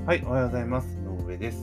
はい、おはようございます。井上です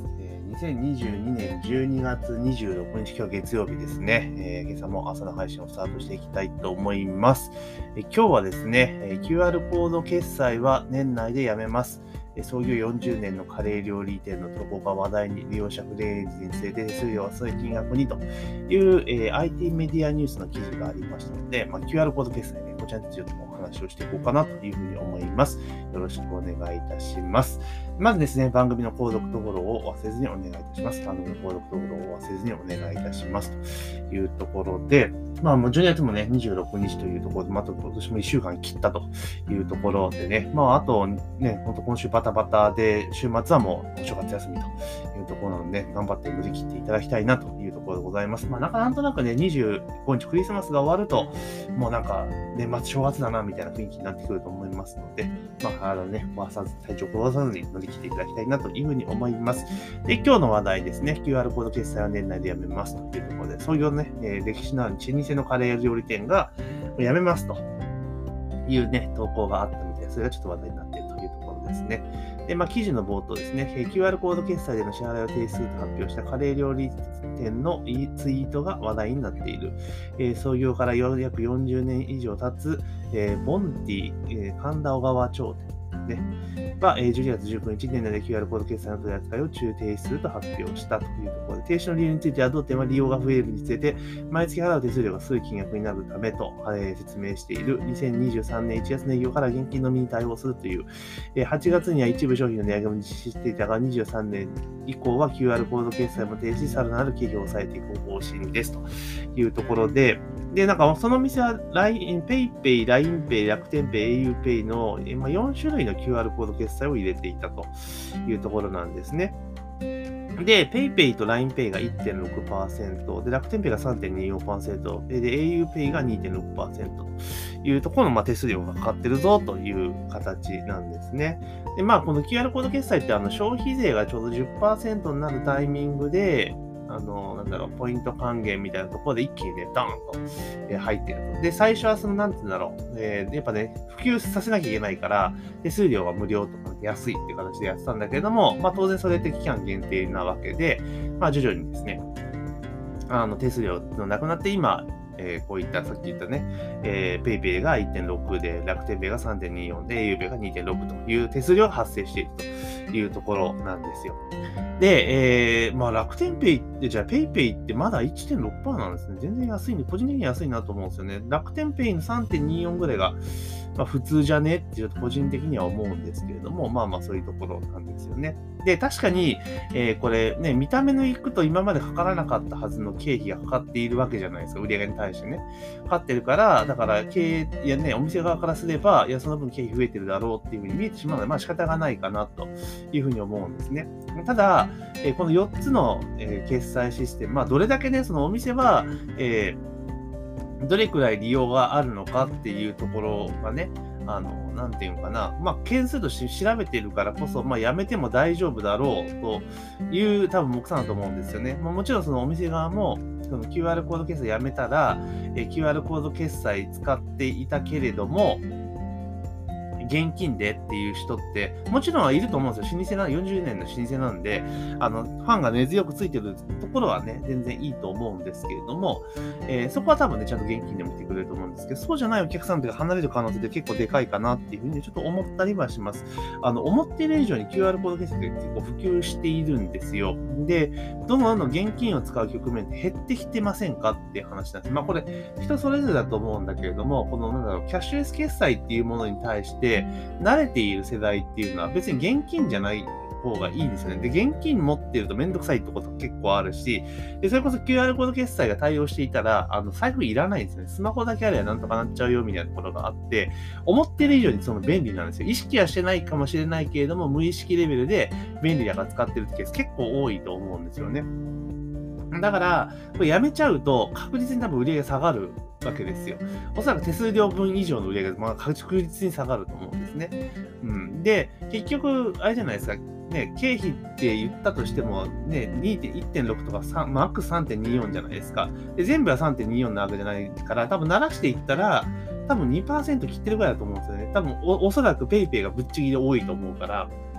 。2022年12月26日、今日は月曜日ですね。今朝も朝の配信をスタートしていきたいと思います。今日はですね、QR コード決済は年内でやめます。創業40年のカレー料理店の投稿が話題に、利用者フレーズについて手数料はそういう金額にという、IT メディアニュースの記事がありましたので、QR コード決済ね、こちらについてお話をしていこうかなというふうに思います。よろしくお願いいたします。まずですね、番組の購読とフォローを忘れずにお願いいたします。番組の購読とフォローを忘れずにお願いいたします。というところで、もう12月もね、26日というところで、また今年も1週間切ったというところでね、あとね、ほんと今週バタバタで、週末はもうお正月休みというところなので、頑張って乗り切っていただきたいなというところでございます。なんとなくね、25日クリスマスが終わると、もうなんか、年末正月だな、みたいな雰囲気になってくると思いますので、体ね、体調を壊さずに乗り切っていただきたいなというふうに思います。で、今日の話題ですね、QR コード決済は年内でやめますというところで、創業ね、歴史のある老舗のカレー料理店がやめますというね、投稿があったみたいで、それがちょっと話題になっているというところですね。で、記事の冒頭ですね、QR コード決済での支払いを停止すると発表したカレー料理店のツイートが話題になっている。創業から約40年以上経つ、ボンティ、神田小川町店。が、12月19日、年内で QR コード決済の取り扱いを停止すると発表したというところで、停止の理由については、同店は利用が増えるにつれて、毎月払う手数料が数金額になるためと、説明している。2023年1月の営業から現金のみに対応するという、8月には一部商品の値上げも実施していたが、23年以降は QR コード決済も停止し、さらなる経費を抑えていく方針ですというところで、その店は PayPay、LINEPay、楽天Pay、auPay の4種類の QR コード決済を入れていたというところなんですね。で、PayPay と LINEPay が 1.6%、で、楽天Pay が 3.24%、で、auPay が 2.6% というところの手数料がかかってるぞという形なんですね。で、この QR コード決済って消費税がちょうど 10% になるタイミングで、ポイント還元みたいなところで一気にね、ドーンと入ってると。で、最初はやっぱね、普及させなきゃいけないから、手数料は無料とか安いっていう形でやってたんだけれども、当然それって期間限定なわけで、徐々にですね、手数料のなくなって今、こういったさっき言ったね、PayPay が 1.6 で、楽天Pay が 3.24 で、auPay が 2.6 という手数料が発生しているというところなんですよ。で、楽天Pay って、じゃあ PayPay ってまだ 1.6% なんですね。全然安いんで、個人的に安いなと思うんですよね。楽天Pay の 3.24 ぐらいが、普通じゃねっていうと個人的には思うんですけれども、そういうところなんですよね。で、確かに、これね、見た目のいくと今までかからなかったはずの経費がかかっているわけじゃないですか、売上に対してね。かかってるから、だからお店側からすれば、その分経費増えてるだろうっていうふうに見えてしまうので、仕方がないかなというふうに思うんですね。ただ、この4つの、決済システム、どれだけね、そのお店は、どれくらい利用があるのかっていうところがね、なんていうのかな、件数として調べているからこそ、やめても大丈夫だろうという多分目算だと思うんですよね。もちろんそのお店側も、その QR コード決済やめたら、QR コード決済使っていたけれども、現金でっていう人って、もちろんはいると思うんですよ。40年の老舗なんで、ファンが根強くついてるところはね、全然いいと思うんですけれども、そこは多分ね、ちゃんと現金でも来てくれると思うんですけど、そうじゃないお客さんとか離れる可能性って結構でかいかなっていうふうにちょっと思ったりはします。思っている以上に QR コード決済って結構普及しているんですよ。で、どんどん現金を使う局面って減ってきてませんかっていう話なんです。これ、人それぞれだと思うんだけれども、このキャッシュレス決済っていうものに対して、慣れている世代っていうのは別に現金じゃない方がいいですよね。で、現金持ってるとめんどくさいってこと結構あるし、で、それこそ QR コード決済が対応していたら、財布いらないんですよね。スマホだけあればなんとかなっちゃうよみたいなところがあって、思ってる以上にその便利なんですよ。意識はしてないかもしれないけれども、無意識レベルで便利だから使ってるってケース結構多いと思うんですよね。だから、これやめちゃうと確実に多分売り上げ下がるわけですよ。おそらく手数料分以上の売り上げが確実に下がると思うんですね。で、結局、あれじゃないですか。ね、経費って言ったとしても、ね、1.6 とかマックス 3.24 じゃないですか。で、全部は 3.24 なわけじゃないから、多分鳴らしていったら、多分 2% 切ってるぐらいだと思うんですよね。多分おそらく PayPay がぶっちぎり多いと思うから、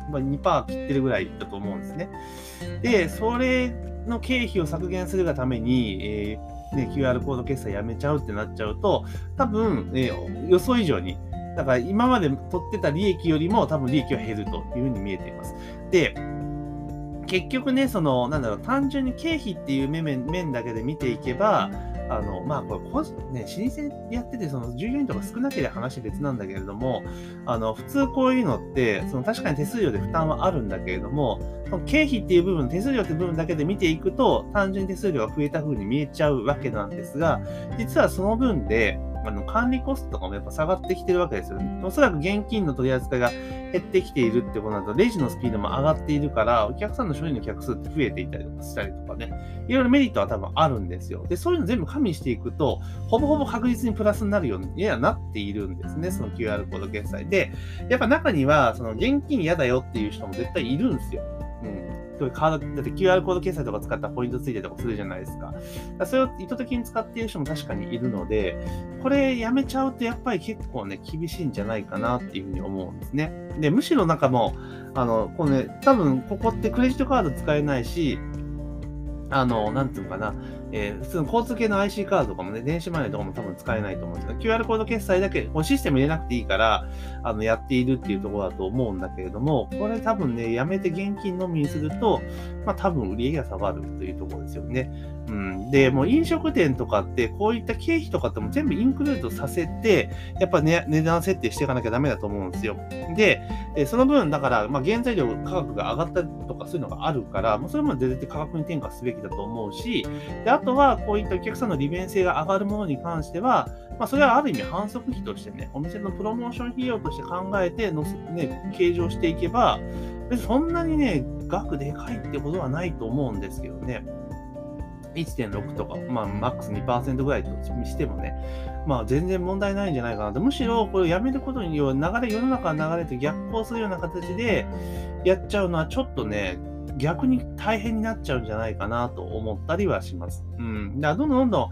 2% 切ってるぐらいだと思うんですね。で、それの経費を削減するがために、QR コード決済やめちゃうってなっちゃうと、多分、予想以上に、だから今まで取ってた利益よりも多分利益は減るというふうに見えています。で、結局ね、単純に経費っていう面だけで見ていけば、これ老舗でやってて、従業員とか少なければ話別なんだけれども、普通こういうのって、確かに手数料で負担はあるんだけれども、その経費っていう部分、手数料っていう部分だけで見ていくと、単純に手数料が増えた風に見えちゃうわけなんですが、実はその分で、管理コストとかもやっぱ下がってきてるわけですよね。おそらく現金の取り扱いが減ってきているってことだと、レジのスピードも上がっているから、お客さんの処理の客数って増えていたりとかしたりとかね、いろいろメリットは多分あるんですよ。で、そういうの全部加味していくと、ほぼほぼ確実にプラスになるようにはなっているんですね、その QR コード決済で。やっぱ中には、現金嫌だよっていう人も絶対いるんですよ。だって QR コード決済とか使ったらポイントついたりとかするじゃないですか。それを意図的に使っている人も確かにいるので、これやめちゃうとやっぱり結構ね、厳しいんじゃないかなっていうふうに思うんですね。で、むしろ多分ここってクレジットカード使えないし、なんていうのかな、普通の交通系の IC カードとかもね、電子マネーとかも多分使えないと思うんですけど、QR コード決済だけ、システム入れなくていいから、やっているっていうところだと思うんだけれども、これ多分ね、やめて現金のみにすると、多分売り上げが下がるというところですよね。で、もう飲食店とかって、こういった経費とかっても全部インクルードさせて、やっぱね、値段設定していかなきゃダメだと思うんですよ。で、その分、だから、原材料価格が上がったりとかそういうのがあるから、それも絶対価格に転嫁すべきだと思うし、で、あとは、こういったお客さんの利便性が上がるものに関しては、それはある意味反則費としてね、お店のプロモーション費用として考えて計上していけば、別にそんなにね、額でかいってことはないと思うんですけどね。1.6 とか、マックス 2% ぐらいとしてもね、全然問題ないんじゃないかなと。むしろ、これをやめることによる世の中の流れと逆行するような形でやっちゃうのはちょっとね、逆に大変になっちゃうんじゃないかなと思ったりはします。だからどんどん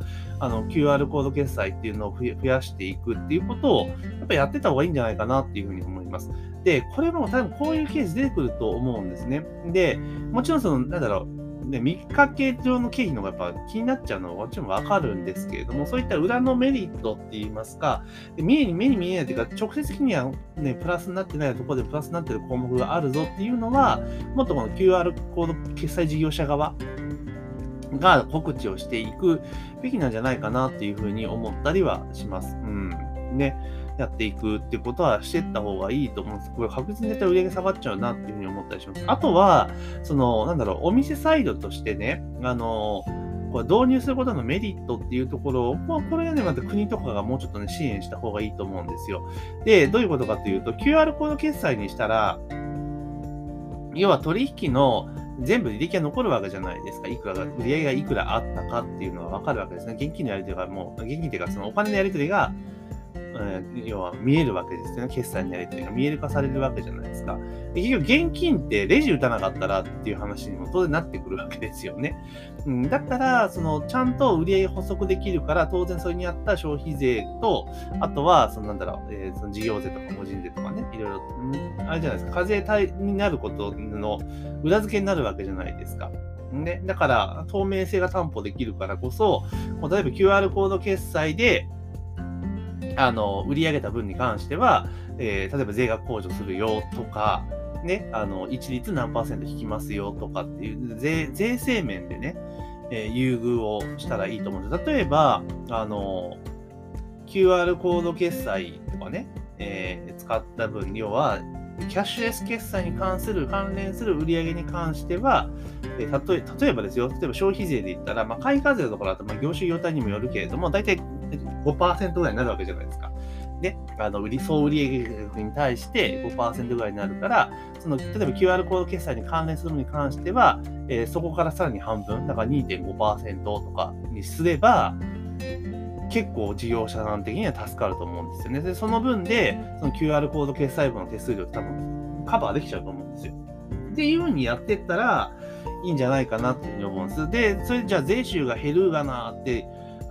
QR コード決済っていうのを増やしていくっていうことを、やっぱりやってた方がいいんじゃないかなっていうふうに思います。で、これも多分こういうケース出てくると思うんですね。で、もちろん見かけ上の経費の方がやっぱ気になっちゃうのはもちろんわかるんですけれども、そういった裏のメリットって言いますか、目に見えないというか、直接的にはね、プラスになってないところでプラスになっている項目があるぞっていうのは、もっとこの QR コード決済事業者側が告知をしていくべきなんじゃないかなっていうふうに思ったりはします。やっていくっていうことはしていった方がいいと思うんです。これ確実に絶対売り上げ下がっちゃうなっていうふうに思ったりします。あとは、お店サイドとしてね、これ導入することのメリットっていうところを、これはね、また国とかがもうちょっとね、支援した方がいいと思うんですよ。で、どういうことかというと、QR コード決済にしたら、要は取引の全部履歴が残るわけじゃないですか。売り上げがいくらあったかっていうのがわかるわけですね。現金のやり取りが現金っていうか、お金のやり取りが、要は見えるわけですよね。決済のやり取りが見える化されるわけじゃないですか。で結局現金ってレジ打たなかったらっていう話にも当然なってくるわけですよね。だったら、ちゃんと売り上げ補足できるから、当然それにあった消費税と、あとは、その事業税とか法人税とかね、いろいろ、あれじゃないですか、課税帯になることの裏付けになるわけじゃないですか。ね、だから、透明性が担保できるからこそ、例えば QR コード決済で、売り上げた分に関しては、例えば税額控除するよとか、ね、一律何%引きますよとかっていう税制面でね、優遇をしたらいいと思うんです。例えば、QR コード決済とかね、使った分、要は、キャッシュレス決済に関連する売上に関しては、例えばですよ、例えば消費税で言ったら、開花税とかだと、業種業態にもよるけれども、大体 5% ぐらいになるわけじゃないですか。で、総売上額に対して 5% ぐらいになるから、例えば QR コード決済に関連するものに関しては、そこからさらに半分、だから 2.5% とかにすれば、結構事業者さん的には助かると思うんですよね。で、その分で、その QR コード決済分の手数料って多分カバーできちゃうと思うんですよ。っていう風にやってったらいいんじゃないかなっていうふうに思うんです。で、それじゃあ税収が減るがなって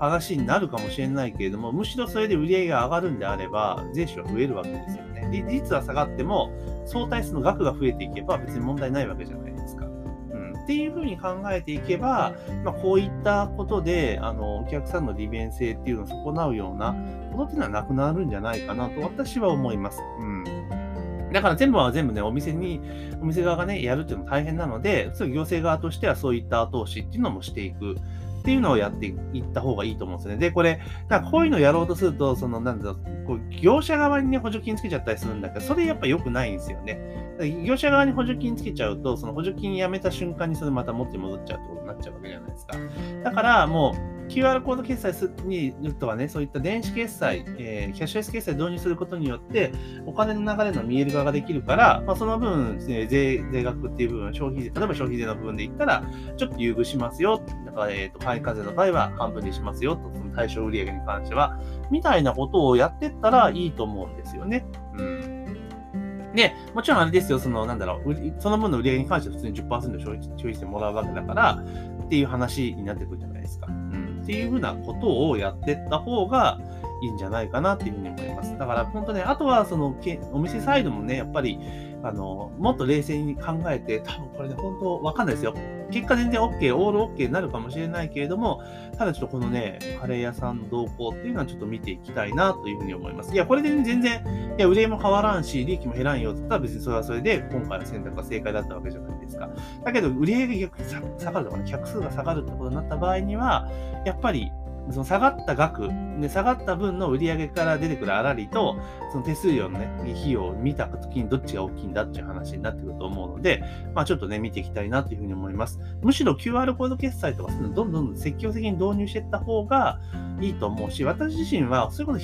話になるかもしれないけれども、むしろそれで売り上げが上がるんであれば、税収は増えるわけですよね。で、実は下がっても、相対数の額が増えていけば別に問題ないわけじゃないですか。っていうふうに考えていけば、こういったことで、お客さんの利便性っていうのを損なうようなことっていうのはなくなるんじゃないかなと私は思います。だから全部は全部ね、お店側がね、やるっていうのも大変なので、行政側としてはそういった後押しっていうのもしていく。っていうのをやっていった方がいいと思うんですよね。で、これ、こういうのをやろうとすると、業者側にね、補助金つけちゃったりするんだけど、それやっぱ良くないんですよね。業者側に補助金つけちゃうと、その補助金やめた瞬間にそれまた元に戻っちゃうってことになっちゃうわけじゃないですか。だからもう、QR コード決済とかね、そういった電子決済、キャッシュレス決済導入することによって、お金の流れの見える化ができるから、その分、税額っていう部分、例えば消費税の部分で言ったら、ちょっと優遇しますよ。だから、簡易課税の場合は半分にしますよと、その対象売上に関しては、みたいなことをやってったらいいと思うんですよね。で、もちろんあれですよ、その分の売上に関しては普通に 10% 消費してもらうわけだから、っていう話になってくるじゃないですか。っていうふうなことをやっていった方がいいんじゃないかなっていうふうに思います。だから本当ね、あとはお店サイドもね、やっぱり、もっと冷静に考えて、多分これね、本当わかんないですよ。結果全然 OK、オール OK になるかもしれないけれども、ただちょっとこのね、カレー屋さんの動向っていうのはちょっと見ていきたいなというふうに思います。いや、これで、ね、全然、売り上げも変わらんし、利益も減らんよって言ったら別にそれはそれで今回の選択が正解だったわけじゃないですか。だけど、売り上げが逆に下がるとかね、客数が下がるってことになった場合には、やっぱり、その下がった額、下がった分の売り上げから出てくる粗利と、その手数料のね、費用を見たときにどっちが大きいんだっていう話になってくると思うので、ちょっとね、見ていきたいなというふうに思います。むしろ QR コード決済とか、どんどん積極的に導入していった方がいいと思うし、私自身は、そういうこと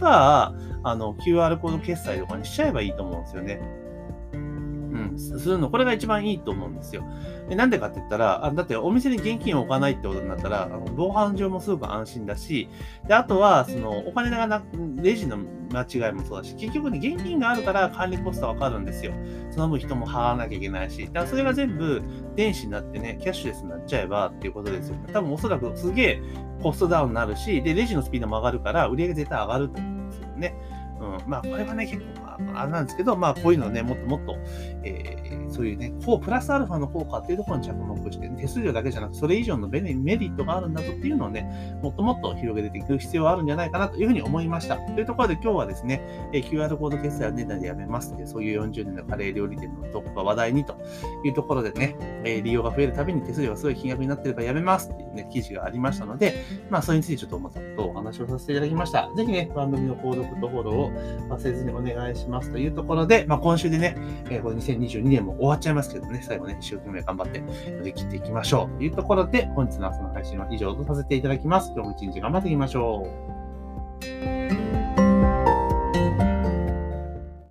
100%、QR コード決済とかにしちゃえばいいと思うんですよね。これが一番いいと思うんですよ。なんでかって言ったら、だってお店に現金を置かないってことになったら、防犯上もすごく安心だし、で、あとは、お金がレジの間違いもそうだし、結局ね、現金があるから管理コストわかるんですよ。その分人も払わなきゃいけないし、だからそれが全部電子になってね、キャッシュレスになっちゃえばっていうことですよね。多分おそらくすげえコストダウンになるし、で、レジのスピードも上がるから、売り上げ絶対上がると思うんですよね。これはね、結構、あれなんですけど、こういうのね、もっともっと、そういうね、プラスアルファの効果っていうところに着目して、手数料だけじゃなく、それ以上のメリットがあるんだぞっていうのをね、もっともっと広げていく必要はあるんじゃないかなというふうに思いました。というところで今日はですね、QR コード決済は値段でやめますそういう40年のカレー料理店のトップが話題にというところでね、利用が増えるたびに手数料がすごい金額になっているからやめますっていうね、記事がありましたので、それについてちょっとまたお話をさせていただきました。ぜひね、番組の購読とフォローを忘れずにお願いしますというところで、今週でね、この2022年も終わっちゃいますけどね、最後ね、一生懸命頑張って乗り切っていきましょうというところで、本日の朝の配信は以上とさせていただきます。今日も一日頑張っていきましょう。